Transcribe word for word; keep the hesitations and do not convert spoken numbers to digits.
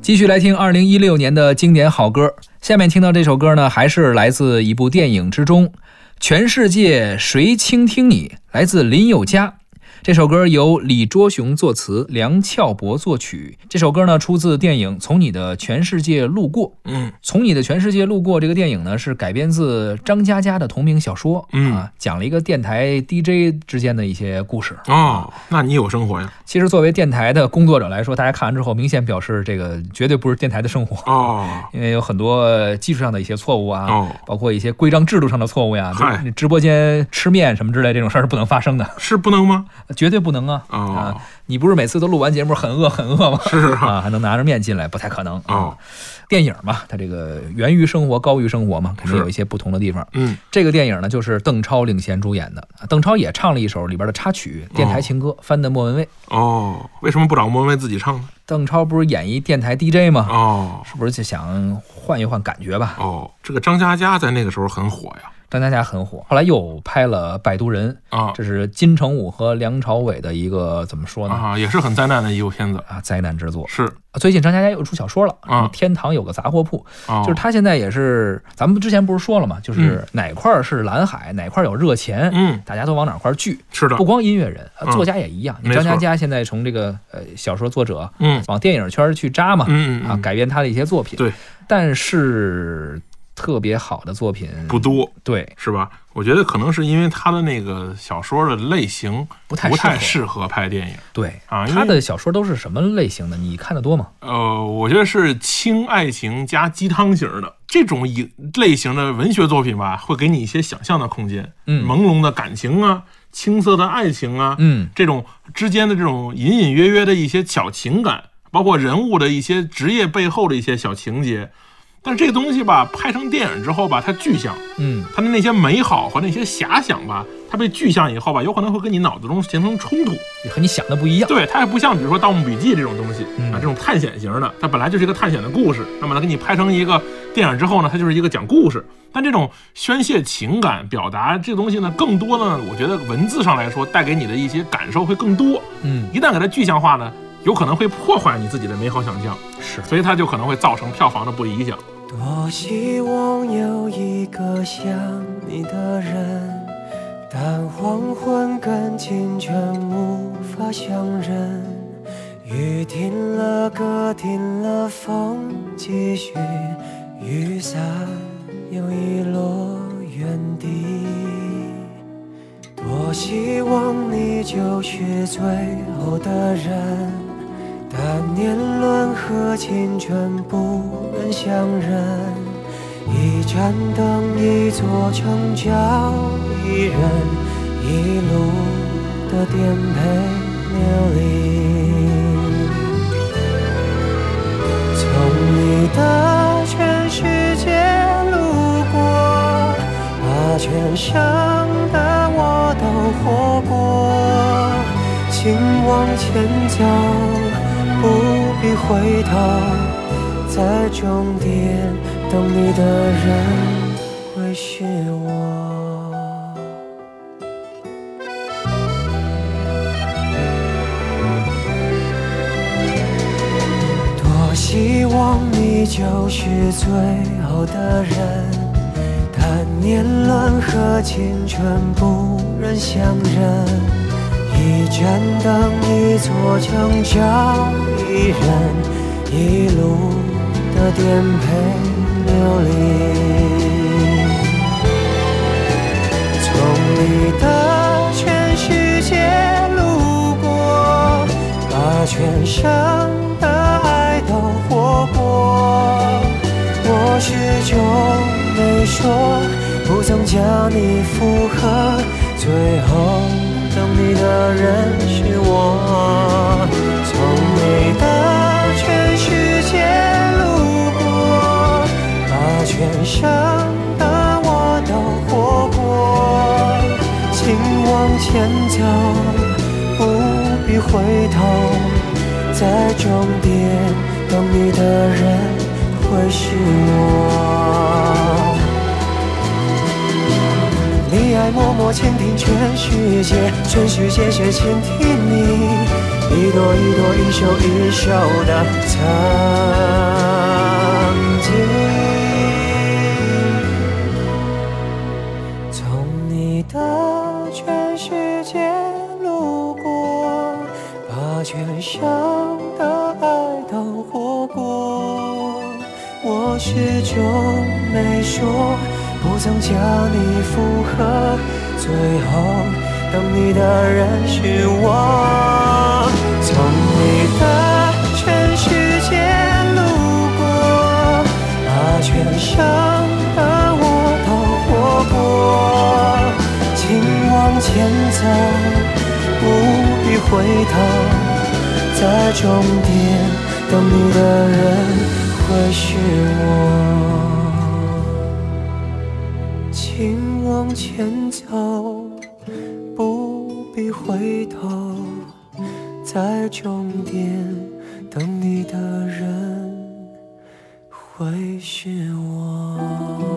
继续来听二零一六年的经典好歌。下面听到这首歌呢，还是来自一部电影之中，《全世界谁倾听你》，来自林宥嘉。这首歌由李卓雄作词，梁翘柏作曲。这首歌呢出自电影《从你的全世界路过》。 嗯， 从你的全世界路过这个电影呢是改编自张嘉佳的同名小说。 嗯啊，讲了一个电台 D J 之间的一些故事。 哦，那你有生活呀？ 其实作为电台的工作者来说，大家看完之后明显表示这个绝对不是电台的生活。 哦， 因为有很多技术上的一些错误啊， 哦， 包括一些规章制度上的错误呀。 嗨， 直播间吃面什么之类这种事儿是不能发生的。 是不能吗？ 绝对不能啊！ 哦、 啊，你不是每次都录完节目很饿很饿吗？ 是啊， 啊，还能拿着面进来，不太可能。 哦， 电影嘛，它这个源于生活，高于生活嘛，肯定有一些不同的地方。 嗯， 这个电影呢，就是邓超领衔主演的，邓超也唱了一首里边的插曲，电台情歌，哦、翻的莫文蔚。 哦，为什么不找莫文蔚自己唱呢？ 邓超不是演一电台 D J 吗？ 哦， 是不是就想换一换感觉吧？ 哦，这个张嘉佳在那个时候很火呀。 张嘉佳很火，后来又拍了《摆渡人》 啊， 这是金城武和梁朝伟的一个怎么说呢？ 啊，也是很灾难的一部片子啊，灾难之作。 是， 最近张嘉佳又出小说了啊， 天堂有个杂货铺， 啊、 就是他现在也是，咱们之前不是说了嘛，就是哪块是蓝海，嗯、哪块有热钱， 嗯， 大家都往哪块聚。 是的， 不光音乐人，作家也一样。 嗯、 张嘉佳现在从这个呃小说作者， 嗯， 往电影圈去扎嘛， 嗯嗯啊，改编他的一些作品。 对， 但是特别好的作品不多， 对， 是吧？我觉得可能是因为他的那个小说的类型不太不太适合拍电影。 对啊， 他的小说都是什么类型的？你看得多吗？ 呃，我觉得是轻爱情加鸡汤型的这种一类型的文学作品吧，会给你一些想象的空间， 嗯， 朦胧的感情啊，青涩的爱情啊， 嗯， 这种之间的这种隐隐约约的一些小情感，包括人物的一些职业背后的一些小情节。但是这个东西吧，拍成电影之后吧，它具象， 嗯， 它的那些美好和那些遐想吧，它被具象以后吧，有可能会跟你脑子中形成冲突， 和你想的不一样。 对，它还不像比如说《盗墓笔记》这种东西、 嗯、 啊，这种探险型的，它本来就是一个探险的故事，那么它给你拍成一个电影之后呢，它就是一个讲故事。但这种宣泄情感、表达这个东西呢，更多呢，我觉得文字上来说，带给你的一些感受会更多。 嗯， 一旦给它具象化呢，有可能会破坏你自己的美好想象， 是， 所以它就可能会造成票房的不理想。 多希望有一个像你的人，但黄昏跟清晨无法相认。雨停了，歌停了，风继续，雨伞又遗落原地。多希望你就是最后的人，但年轮和青春不能相认，一盏灯，一座城，叫一人，一路的颠沛流离。从你的全世界路过，把全生的我都活过，请往前走，不必回头，在终点等你的人会是我。多希望你就是最后的人，但年轮和青春不忍相认。一盏灯，一座城，叫一人，一路的颠沛流离。从你的全世界路过，把全生的爱都活过。我始终没说，不曾将你附和，最后等你的人是我。从你的全世界路过，把全生的我都活过。请往前走，不必回头，在终点等你的人会是我。你爱默默倾听全世界，全世界却倾听你，一朵一朵，一首一首的曾我始终没说，不曾叫你附和，最后等你的人是我。从你的全世界路过，把全盛的我都活过。请往前走，不必回头，在终点等你的人会是我。请往前走，不必回头，在终点等你的人会是我。